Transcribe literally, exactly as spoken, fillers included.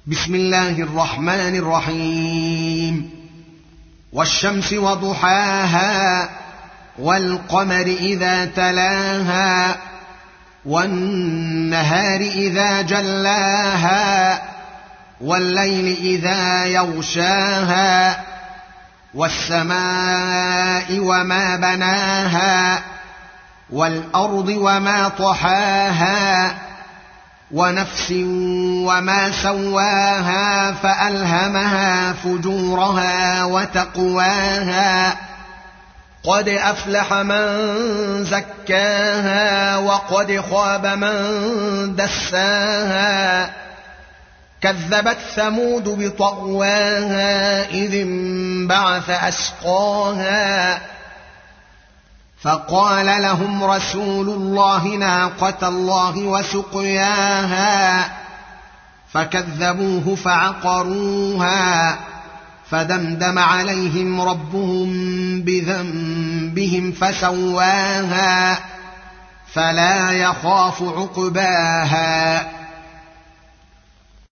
بسم الله الرحمن الرحيم والشمس وضحاها والقمر إذا تلاها والنهار إذا جلاها والليل إذا يغشاها والسماء وما بناها والأرض وما طحاها ونفس وما سواها فألهمها فجورها وتقواها قد أفلح من زكاها وقد خاب من دساها كذبت ثمود بطغواها إذ انبعث أشقاها فقال لهم رسول الله ناقة الله وسقياها فكذبوه فعقروها فدمدم عليهم ربهم بذنبهم فسواها فلا يخاف عقباها